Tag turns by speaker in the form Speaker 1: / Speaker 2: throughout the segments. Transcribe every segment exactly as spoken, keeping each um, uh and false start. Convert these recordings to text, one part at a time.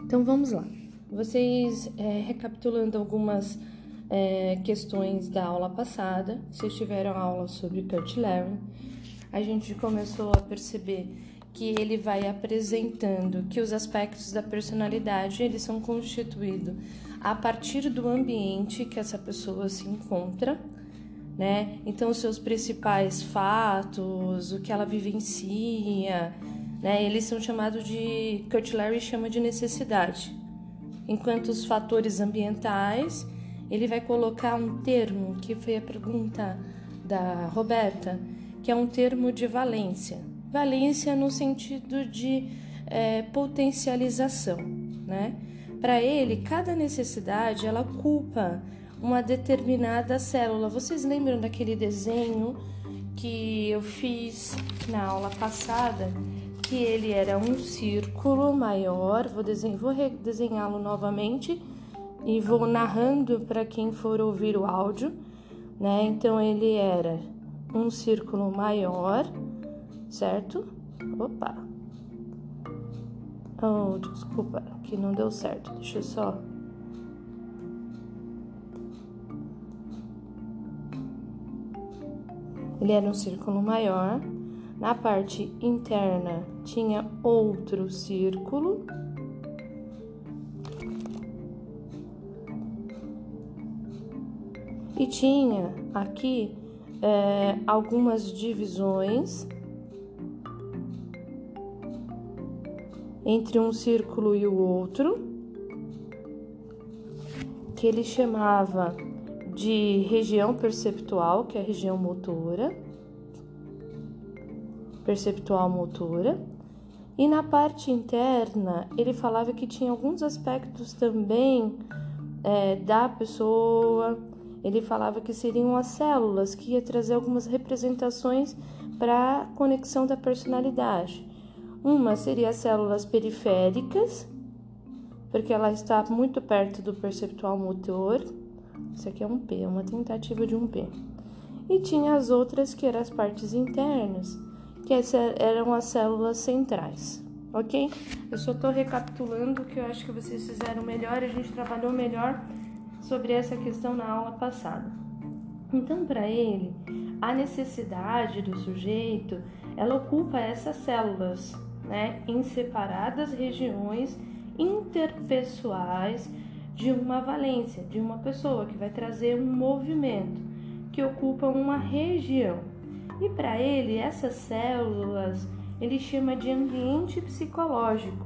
Speaker 1: Então vamos lá. Vocês, é, recapitulando algumas é, questões da aula passada, vocês tiveram aula sobre Kurt Lewin. A gente começou a perceber que ele vai apresentando que os aspectos da personalidade eles são constituídos a partir do ambiente que essa pessoa se encontra, né? Então, os seus principais fatos, o que ela vivencia, né? Eles são chamados de... Kurt Lewin chama de necessidade. Enquanto os fatores ambientais, ele vai colocar um termo, que foi a pergunta da Roberta, que é um termo de valência. Valência no sentido de é, potencialização, né? Para ele, cada necessidade, ela ocupa uma determinada célula. Vocês lembram daquele desenho que eu fiz na aula passada? Que ele era um círculo maior. Vou, desen- vou redesenhá-lo novamente e vou narrando para quem for ouvir o áudio, né? Então, ele era um círculo maior, certo? Opa! Oh, desculpa, que não deu certo. Deixa eu só... Ele era um círculo maior. Na parte interna tinha outro círculo. E tinha aqui é, algumas divisões entre um círculo e o outro, que ele chamava de região perceptual, que é a região motora, perceptual motora. E na parte interna, ele falava que tinha alguns aspectos também é, da pessoa. Ele falava que seriam as células, que ia trazer algumas representações para a conexão da personalidade. Uma seria as células periféricas, porque ela está muito perto do perceptual motor. Isso aqui é um P, é uma tentativa de um P. E tinha as outras, que eram as partes internas, que eram as células centrais, ok? Eu só estou recapitulando, que eu acho que vocês fizeram melhor, a gente trabalhou melhor sobre essa questão na aula passada. Então, para ele, a necessidade do sujeito, ela ocupa essas células, né, em separadas regiões interpessoais de uma valência, de uma pessoa que vai trazer um movimento que ocupa uma região. E para ele, essas células, ele chama de ambiente psicológico,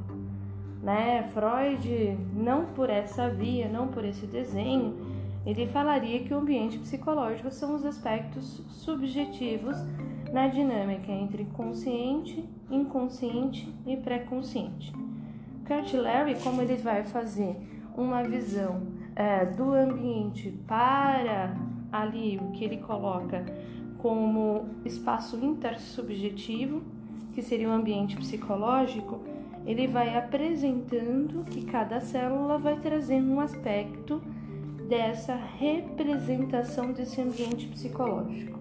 Speaker 1: né? Freud, não por essa via, não por esse desenho, ele falaria que o ambiente psicológico são os aspectos subjetivos na dinâmica entre consciente, inconsciente e pré-consciente. Kurt Lewin, como ele vai fazer uma visão é, do ambiente para ali o que ele coloca como espaço intersubjetivo, que seria o ambiente psicológico, ele vai apresentando que cada célula vai trazendo um aspecto dessa representação desse ambiente psicológico.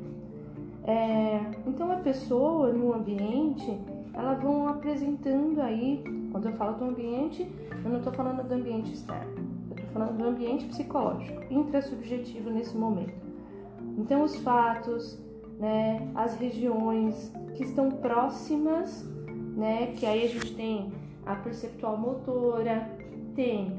Speaker 1: É, então, a pessoa no ambiente, elas vão apresentando aí, quando eu falo do ambiente, eu não estou falando do ambiente externo, eu estou falando do ambiente psicológico, intrasubjetivo nesse momento. Então, os fatos, né, as regiões que estão próximas, né, que aí a gente tem a perceptual motora, tem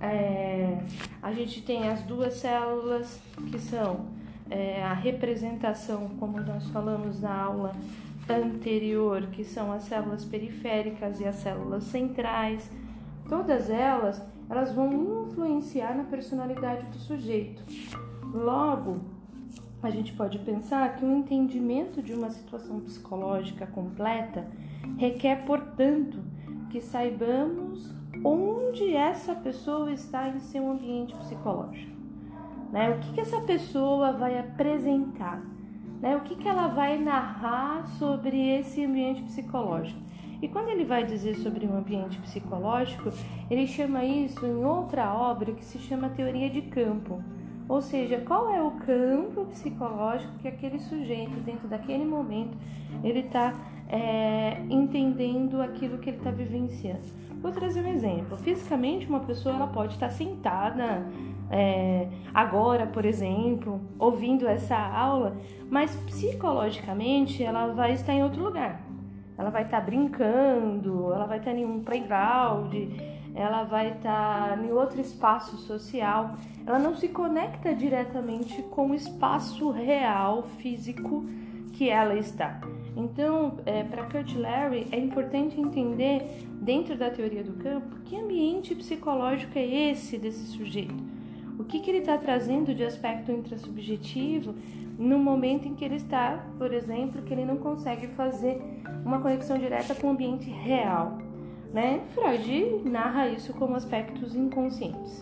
Speaker 1: é, a gente tem as duas células que são é, a representação, como nós falamos na aula anterior, que são as células periféricas e as células centrais. Todas elas, elas vão influenciar na personalidade do sujeito. Logo, a gente pode pensar que o entendimento de uma situação psicológica completa requer, portanto, que saibamos onde essa pessoa está em seu ambiente psicológico, né? O que, que essa pessoa vai apresentar, né? O que, que ela vai narrar sobre esse ambiente psicológico. E quando ele vai dizer sobre um ambiente psicológico, ele chama isso em outra obra que se chama Teoria de Campo. Ou seja, qual é o campo psicológico que aquele sujeito, dentro daquele momento, ele está é, entendendo aquilo que ele está vivenciando. Vou trazer um exemplo. Fisicamente, uma pessoa ela pode estar sentada é, agora, por exemplo, ouvindo essa aula, mas psicologicamente ela vai estar em outro lugar. Ela vai estar brincando, ela vai estar em um playground, ela vai estar em outro espaço social. Ela não se conecta diretamente com o espaço real, físico que ela está. Então, é, para Kurt Lewin, é importante entender, dentro da teoria do campo, que ambiente psicológico é esse desse sujeito. O que, que ele está trazendo de aspecto intrasubjetivo no momento em que ele está, por exemplo, que ele não consegue fazer uma conexão direta com o ambiente real, né? Freud narra isso como aspectos inconscientes.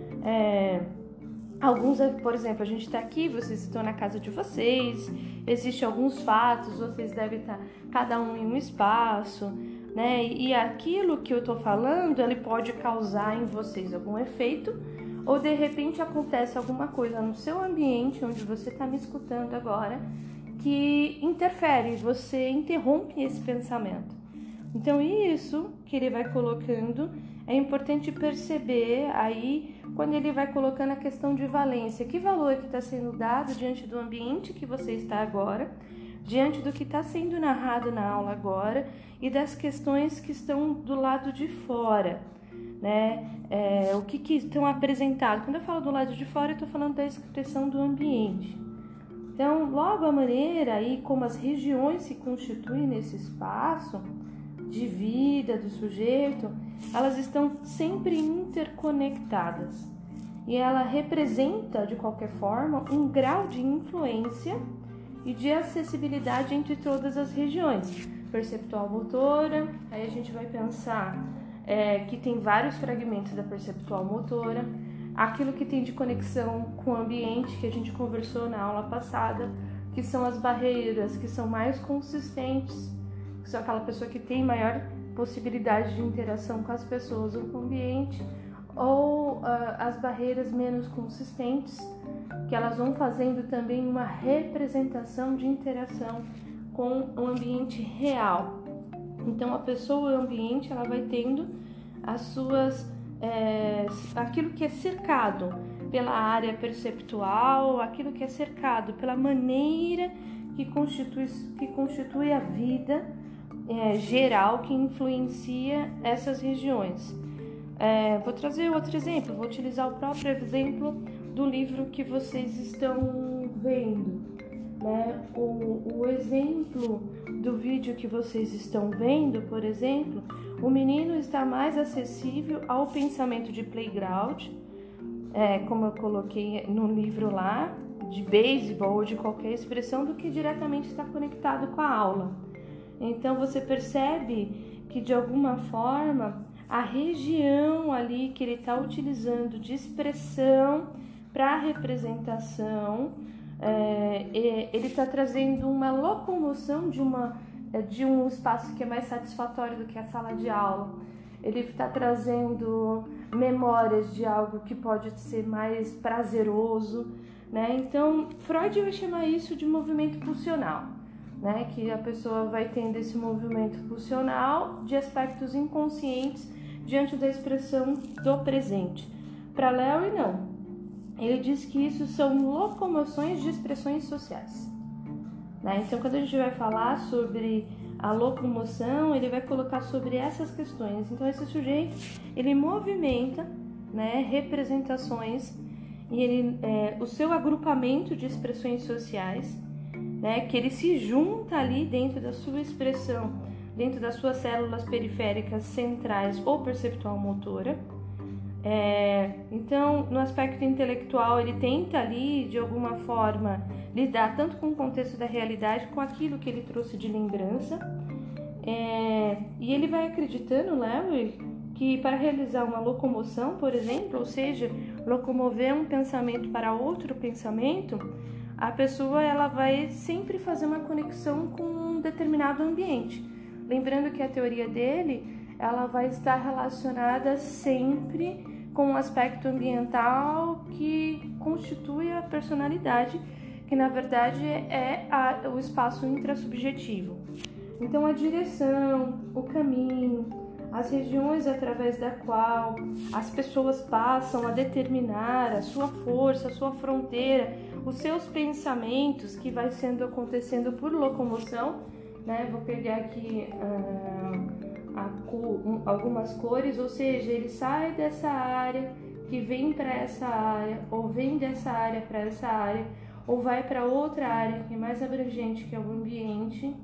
Speaker 1: É, alguns, por exemplo, a gente está aqui, vocês estão na casa de vocês, existem alguns fatos, vocês devem estar cada um em um espaço, né? E aquilo que eu estou falando, ele pode causar em vocês algum efeito, ou de repente acontece alguma coisa no seu ambiente, onde você está me escutando agora, que interfere, você interrompe esse pensamento. Então isso que ele vai colocando, é importante perceber aí, quando ele vai colocando a questão de valência, que valor que está sendo dado diante do ambiente que você está agora, diante do que está sendo narrado na aula agora e das questões que estão do lado de fora, né? É, o que, que estão apresentados. Quando eu falo do lado de fora, eu estou falando da expressão do ambiente. Então, logo a maneira aí como as regiões se constituem nesse espaço de vida do sujeito, elas estão sempre interconectadas. E ela representa, de qualquer forma, um grau de influência e de acessibilidade entre todas as regiões. Perceptual motora, aí a gente vai pensar é, que tem vários fragmentos da perceptual motora, aquilo que tem de conexão com o ambiente, que a gente conversou na aula passada, que são as barreiras que são mais consistentes, que são aquela pessoa que tem maior possibilidade de interação com as pessoas ou com o ambiente, ou uh, as barreiras menos consistentes, que elas vão fazendo também uma representação de interação com o ambiente real. Então a pessoa e o ambiente ela vai tendo as suas é, aquilo que é cercado pela área perceptual, aquilo que é cercado pela maneira que constitui, que constitui a vida é, geral, que influencia essas regiões. É, vou trazer outro exemplo, vou utilizar o próprio exemplo do livro que vocês estão vendo, né? O, o exemplo do vídeo que vocês estão vendo, por exemplo, o menino está mais acessível ao pensamento de playground, é, como eu coloquei no livro lá, de beisebol ou de qualquer expressão, do que diretamente está conectado com a aula. Então você percebe que de alguma forma a região ali que ele está utilizando de expressão para representação, é, ele está trazendo uma locomoção de, uma, de um espaço que é mais satisfatório do que a sala de aula. Ele está trazendo memórias de algo que pode ser mais prazeroso, né? Então, Freud vai chamar isso de movimento pulsional, né? Que a pessoa vai tendo esse movimento pulsional de aspectos inconscientes diante da expressão do presente. Para Lewin, não. Ele diz que isso são locomoções de expressões sociais, né? Então, quando a gente vai falar sobre a locomoção, ele vai colocar sobre essas questões. Então, esse sujeito, ele movimenta, né, representações e ele, é, o seu agrupamento de expressões sociais, né, que ele se junta ali dentro da sua expressão, dentro das suas células periféricas centrais ou perceptual motora. É, então, no aspecto intelectual, ele tenta ali, de alguma forma, lidar tanto com o contexto da realidade, com aquilo que ele trouxe de lembrança. É, e ele vai acreditando, Lewin, que para realizar uma locomoção, por exemplo, ou seja, locomover um pensamento para outro pensamento, a pessoa ela vai sempre fazer uma conexão com um determinado ambiente. Lembrando que a teoria dele, ela vai estar relacionada sempre com o aspecto ambiental que constitui a personalidade, que na verdade é a, o espaço intrasubjetivo. Então, a direção, o caminho, as regiões através da qual as pessoas passam a determinar a sua força, a sua fronteira, os seus pensamentos que vai sendo acontecendo por locomoção, né? Vou pegar aqui ah, a cor, um, algumas cores, ou seja, ele sai dessa área que vem para essa área, ou vem dessa área para essa área, ou vai para outra área que é mais abrangente, que é o ambiente.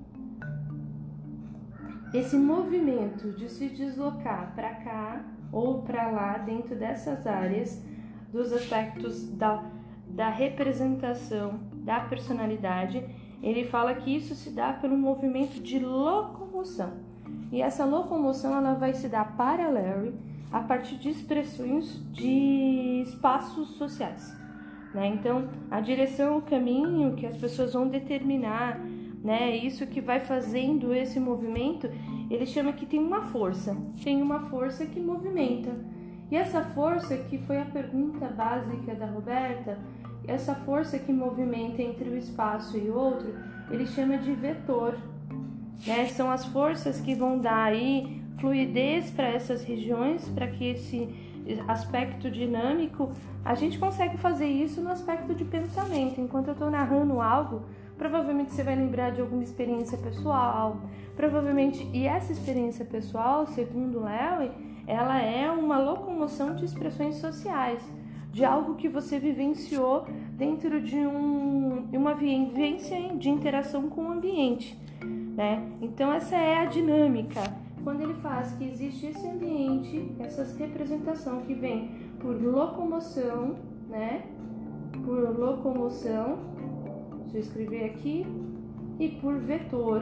Speaker 1: Esse movimento de se deslocar para cá ou para lá dentro dessas áreas, dos aspectos da, da representação, da personalidade, ele fala que isso se dá pelo movimento de locomoção. E essa locomoção ela vai se dar para Larry a partir de expressões de espaços sociais, né? Então, a direção, o caminho que as pessoas vão determinar, né? Isso que vai fazendo esse movimento, ele chama que tem uma força, tem uma força que movimenta. E essa força, que foi a pergunta básica da Roberta, essa força que movimenta entre o espaço e o outro, ele chama de vetor, né? São as forças que vão dar aí fluidez para essas regiões, para que esse aspecto dinâmico, a gente consegue fazer isso no aspecto de pensamento. Enquanto eu estou narrando algo, provavelmente você vai lembrar de alguma experiência pessoal, provavelmente, e essa experiência pessoal, segundo Larry, ela é uma locomoção de expressões sociais, de algo que você vivenciou dentro de um, uma vivência de interação com o ambiente, né? Então essa é a dinâmica. Quando ele faz que existe esse ambiente, essa representação que vem por locomoção, né? Por locomoção, deixa eu escrever aqui, e por vetor,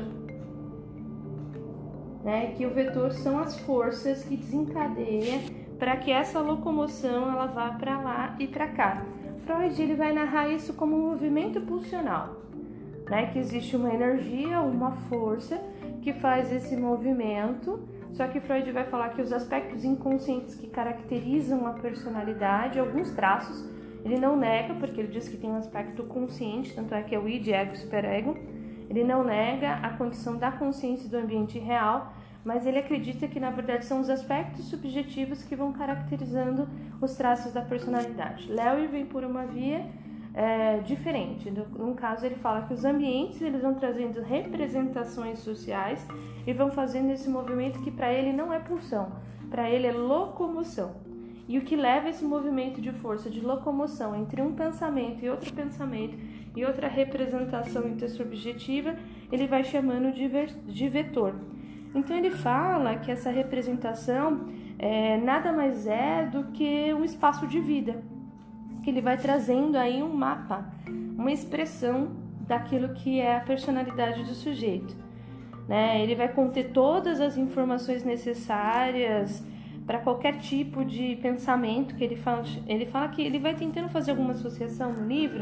Speaker 1: né? Que o vetor são as forças que desencadeiam para que essa locomoção ela vá para lá e para cá. Freud ele vai narrar isso como um movimento pulsional, né? Que existe uma energia, uma força que faz esse movimento, só que Freud vai falar que os aspectos inconscientes que caracterizam a personalidade, alguns traços, ele não nega, porque ele diz que tem um aspecto consciente, tanto é que é o id, ego e superego, ele não nega a condição da consciência do ambiente real, mas ele acredita que na verdade são os aspectos subjetivos que vão caracterizando os traços da personalidade. Larry vem por uma via É, diferente. No caso, ele fala que os ambientes eles vão trazendo representações sociais e vão fazendo esse movimento que para ele não é pulsão, para ele é locomoção. E o que leva esse movimento de força, de locomoção entre um pensamento e outro pensamento e outra representação intersubjetiva, ele vai chamando de, ver, de vetor. Então ele fala que essa representação é, nada mais é do que um espaço de vida, que ele vai trazendo aí um mapa, uma expressão daquilo que é a personalidade do sujeito, né? Ele vai conter todas as informações necessárias para qualquer tipo de pensamento que ele fala. Ele fala que ele vai tentando fazer alguma associação no livro,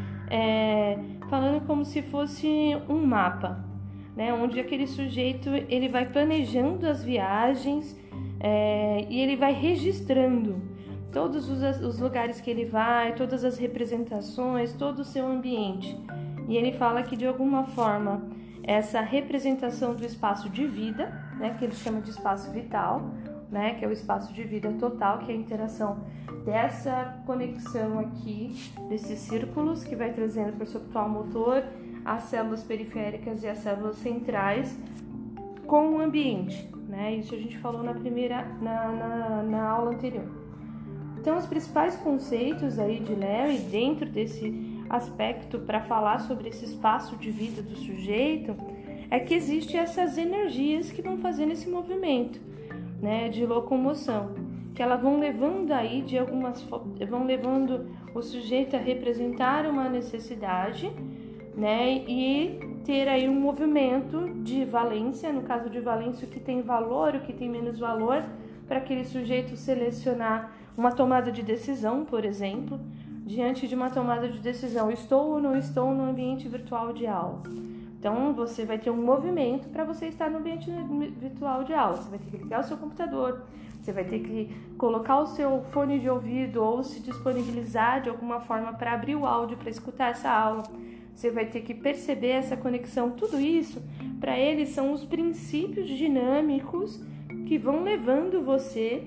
Speaker 1: é, falando como se fosse um mapa, né? Onde aquele sujeito ele vai planejando as viagens é, e ele vai registrando todos os, os lugares que ele vai, todas as representações, todo o seu ambiente. E ele fala que de alguma forma essa representação do espaço de vida, né, que ele chama de espaço vital, né, que é o espaço de vida total, que é a interação dessa conexão aqui, desses círculos que vai trazendo perceptual motor, as células periféricas e as células centrais com o ambiente, né? Isso a gente falou na primeira, na, na, na aula anterior. Então, os principais conceitos aí de Larry dentro desse aspecto para falar sobre esse espaço de vida do sujeito é que existem essas energias que vão fazendo esse movimento, né, de locomoção, que elas vão levando aí de algumas vão levando o sujeito a representar uma necessidade, né, e ter aí um movimento de valência, no caso de valência, o que tem valor, o que tem menos valor, para aquele sujeito selecionar uma tomada de decisão, por exemplo, diante de uma tomada de decisão, estou ou não estou no ambiente virtual de aula. Então, você vai ter um movimento para você estar no ambiente virtual de aula. Você vai ter que ligar o seu computador, você vai ter que colocar o seu fone de ouvido ou se disponibilizar de alguma forma para abrir o áudio para escutar essa aula. Você vai ter que perceber essa conexão. Tudo isso, para ele, são os princípios dinâmicos que vão levando você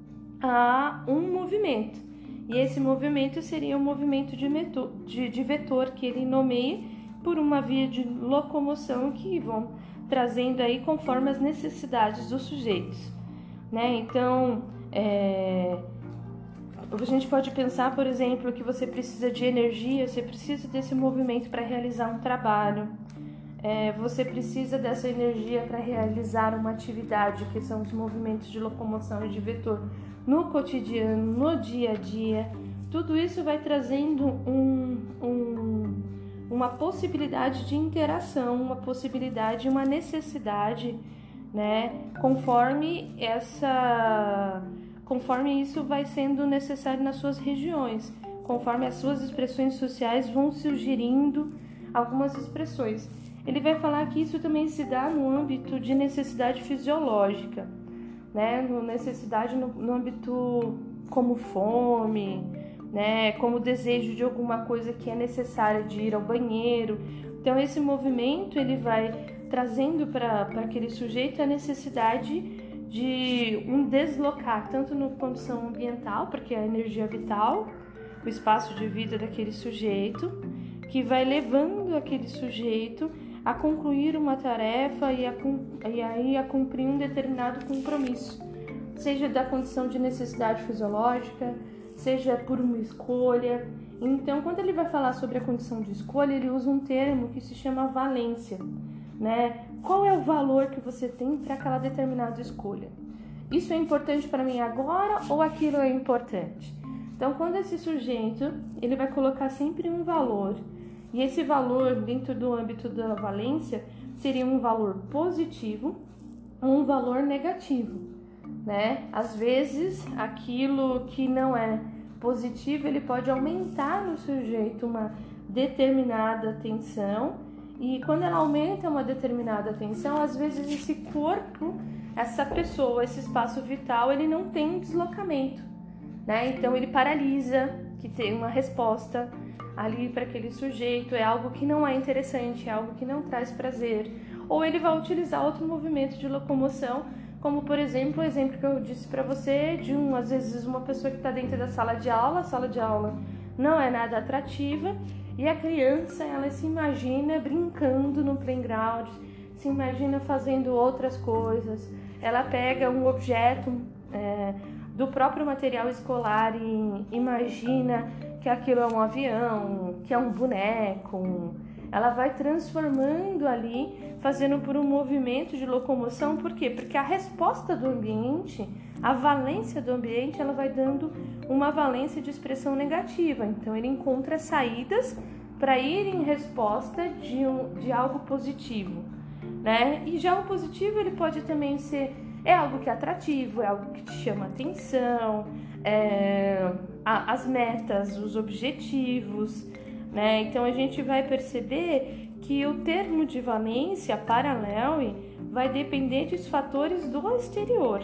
Speaker 1: a um movimento. E esse movimento seria um movimento de, meto, de, de vetor que ele nomeia por uma via de locomoção que vão trazendo aí conforme as necessidades dos sujeitos, né? Então, é, a gente pode pensar, por exemplo, que você precisa de energia, você precisa desse movimento para realizar um trabalho, é, você precisa dessa energia para realizar uma atividade, que são os movimentos de locomoção e de vetor no cotidiano, no dia a dia. Tudo isso vai trazendo um, um, uma possibilidade de interação, uma possibilidade, uma necessidade, né? Conforme essa, conforme isso vai sendo necessário nas suas regiões, conforme as suas expressões sociais vão sugerindo algumas expressões. Ele vai falar que isso também se dá no âmbito de necessidade fisiológica, né? No necessidade no, no âmbito como fome, né? Como desejo de alguma coisa que é necessária de ir ao banheiro. Então esse movimento ele vai trazendo para aquele sujeito a necessidade de um deslocar, tanto na condição ambiental, porque é a energia vital, o espaço de vida daquele sujeito, que vai levando aquele sujeito a concluir uma tarefa e, a, e aí a cumprir um determinado compromisso, seja da condição de necessidade fisiológica, seja por uma escolha. Então, quando ele vai falar sobre a condição de escolha, ele usa um termo que se chama valência, né? Qual é o valor que você tem para aquela determinada escolha? Isso é importante para mim agora ou aquilo é importante? Então, quando esse sujeito, ele vai colocar sempre um valor, e esse valor, dentro do âmbito da valência, seria um valor positivo ou um valor negativo, né? Às vezes, aquilo que não é positivo, ele pode aumentar no sujeito uma determinada tensão, e quando ela aumenta uma determinada tensão, às vezes esse corpo, essa pessoa, esse espaço vital, ele não tem um deslocamento, né? Então ele paralisa, que tem uma resposta ali para aquele sujeito, é algo que não é interessante, é algo que não traz prazer, ou ele vai utilizar outro movimento de locomoção, como por exemplo, o exemplo que eu disse para você, de um, às vezes uma pessoa que está dentro da sala de aula, a sala de aula não é nada atrativa, e a criança, ela se imagina brincando no playground, se imagina fazendo outras coisas, ela pega um objeto é, do próprio material escolar e imagina que aquilo é um avião, que é um boneco. Ela vai transformando ali, fazendo por um movimento de locomoção. Por quê? Porque a resposta do ambiente, a valência do ambiente, ela vai dando uma valência de expressão negativa. Então ele encontra saídas para ir em resposta de, um, de algo positivo, né? E já o positivo, ele pode também ser, é algo que é atrativo, é algo que te chama atenção, é, a, as metas, os objetivos, né? Então a gente vai perceber que o termo de valência para Lewin vai depender dos fatores do exterior,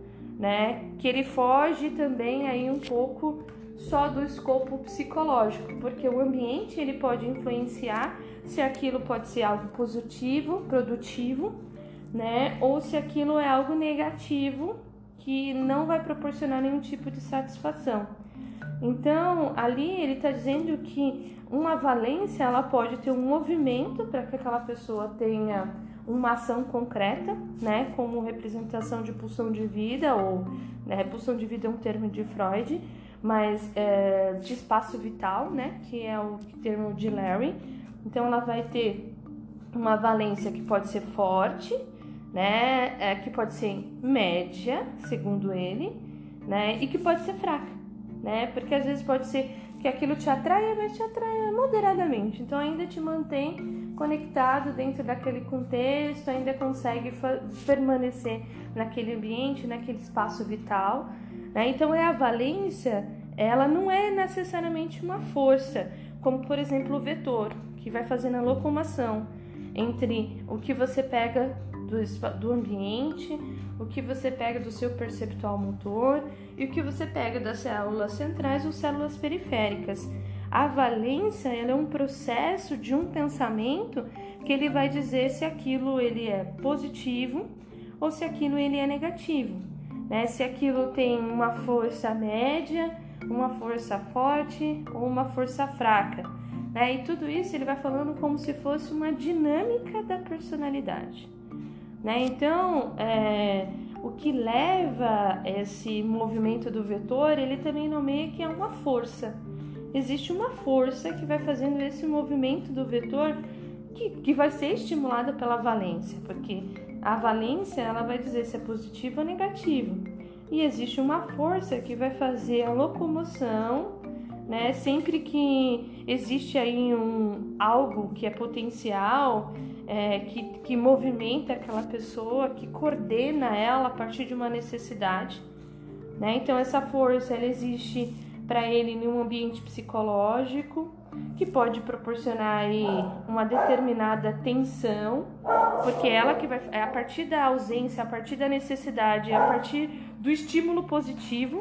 Speaker 1: né? Que ele foge também aí um pouco só do escopo psicológico, porque o ambiente ele pode influenciar se aquilo pode ser algo positivo, produtivo, né? Ou se aquilo é algo negativo que não vai proporcionar nenhum tipo de satisfação. Então, ali ele está dizendo que uma valência, ela pode ter um movimento para que aquela pessoa tenha uma ação concreta, né, como representação de pulsão de vida, ou né, pulsão de vida é um termo de Freud, mas é, de espaço vital, né, que é o termo de Larry. Então, ela vai ter uma valência que pode ser forte, né, é, que pode ser média, segundo ele, né, e que pode ser fraca, né, porque às vezes pode ser que aquilo te atraia, mas te atraia moderadamente, então ainda te mantém conectado dentro daquele contexto, ainda consegue permanecer naquele ambiente, naquele espaço vital, né? Então é a valência, ela não é necessariamente uma força, como por exemplo o vetor, que vai fazendo a locomoção entre o que você pega do, do ambiente, o que você pega do seu perceptual motor e o que você pega das células centrais ou células periféricas. A valência, ela é um processo de um pensamento que ele vai dizer se aquilo ele é positivo ou se aquilo ele é negativo, né? Se aquilo tem uma força média, uma força forte ou uma força fraca, né? E tudo isso ele vai falando como se fosse uma dinâmica da personalidade, né? Então, é, o que leva esse movimento do vetor, ele também nomeia que é uma força. Existe uma força que vai fazendo esse movimento do vetor que, que vai ser estimulada pela valência, porque a valência ela vai dizer se é positivo ou negativo. E existe uma força que vai fazer a locomoção, né? Sempre que existe aí um, algo que é potencial, é, que, que movimenta aquela pessoa, que coordena ela a partir de uma necessidade, né? Então essa força ela existe para ele em um ambiente psicológico, que pode proporcionar aí uma determinada tensão, porque ela que vai, é a partir da ausência, a partir da necessidade, a partir do estímulo positivo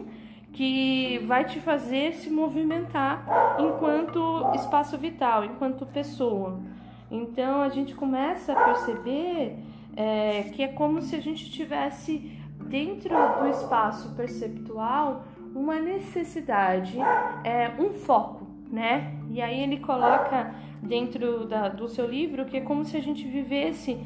Speaker 1: que vai te fazer se movimentar enquanto espaço vital, enquanto pessoa. Então a gente começa a perceber é, que é como se a gente tivesse dentro do espaço perceptual uma necessidade, é, um foco, né? E aí ele coloca dentro da, do seu livro que é como se a gente vivesse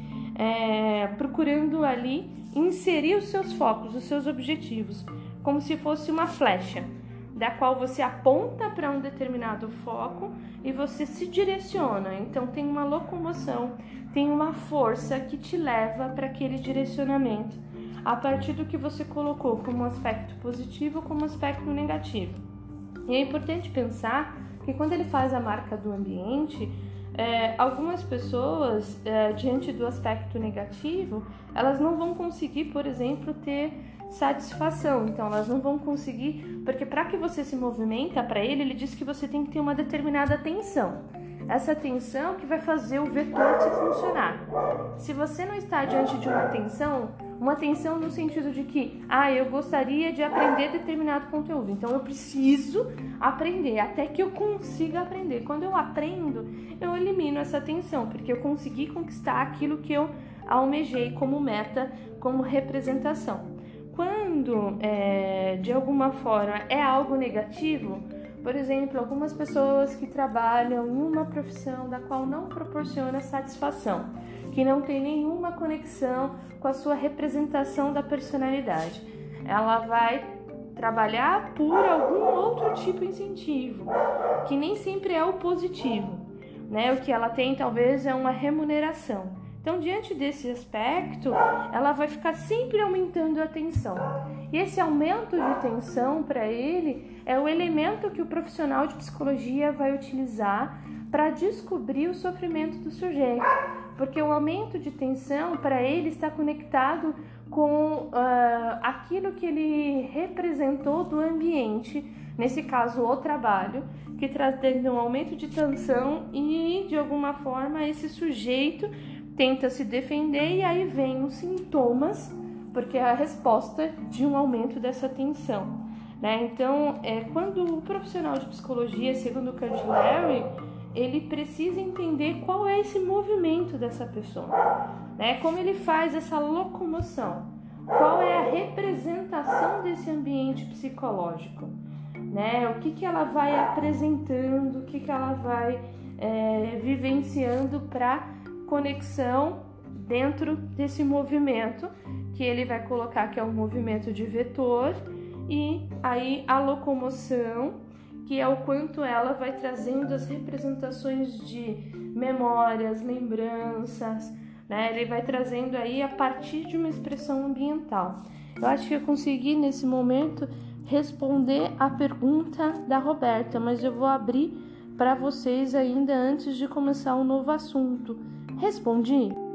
Speaker 1: é, procurando ali inserir os seus focos, os seus objetivos, como se fosse uma flecha, da qual você aponta para um determinado foco e você se direciona. Então tem uma locomoção, tem uma força que te leva para aquele direcionamento, a partir do que você colocou como aspecto positivo ou como aspecto negativo. E é importante pensar que quando ele faz a marca do ambiente, é, algumas pessoas, é, diante do aspecto negativo, elas não vão conseguir, por exemplo, ter satisfação. Então elas não vão conseguir, porque para que você se movimenta, para ele, ele diz que você tem que ter uma determinada tensão. Essa tensão que vai fazer o vetor se funcionar. Se você não está diante de uma tensão, uma tensão no sentido de que, ah, eu gostaria de aprender determinado conteúdo, então eu preciso aprender até que eu consiga aprender. Quando eu aprendo, eu elimino essa tensão, porque eu consegui conquistar aquilo que eu almejei como meta, como representação. Quando, é, de alguma forma, é algo negativo, por exemplo, algumas pessoas que trabalham em uma profissão da qual não proporciona satisfação, que não tem nenhuma conexão com a sua representação da personalidade. Ela vai trabalhar por algum outro tipo de incentivo, que nem sempre é o positivo, né? O que ela tem talvez é uma remuneração. Então, diante desse aspecto, ela vai ficar sempre aumentando a tensão. E esse aumento de tensão para ele é o elemento que o profissional de psicologia vai utilizar para descobrir o sofrimento do sujeito. Porque o aumento de tensão para ele está conectado com uh, aquilo que ele representou do ambiente, nesse caso o trabalho, que trazendo um aumento de tensão e, de alguma forma, esse sujeito tenta se defender e aí vem os sintomas, porque é a resposta de um aumento dessa tensão, né? Então, é, quando o profissional de psicologia, segundo o Candilleri, ele precisa entender qual é esse movimento dessa pessoa, né? Como ele faz essa locomoção, qual é a representação desse ambiente psicológico, né? O que, que ela vai apresentando, o que, que ela vai é, vivenciando para conexão dentro desse movimento que ele vai colocar que é um movimento de vetor, e aí a locomoção, que é o quanto ela vai trazendo as representações de memórias, lembranças, né? Ele vai trazendo aí a partir de uma expressão ambiental. Eu acho que eu consegui nesse momento responder a pergunta da Roberta, mas eu vou abrir para vocês ainda antes de começar um novo assunto. Respondi?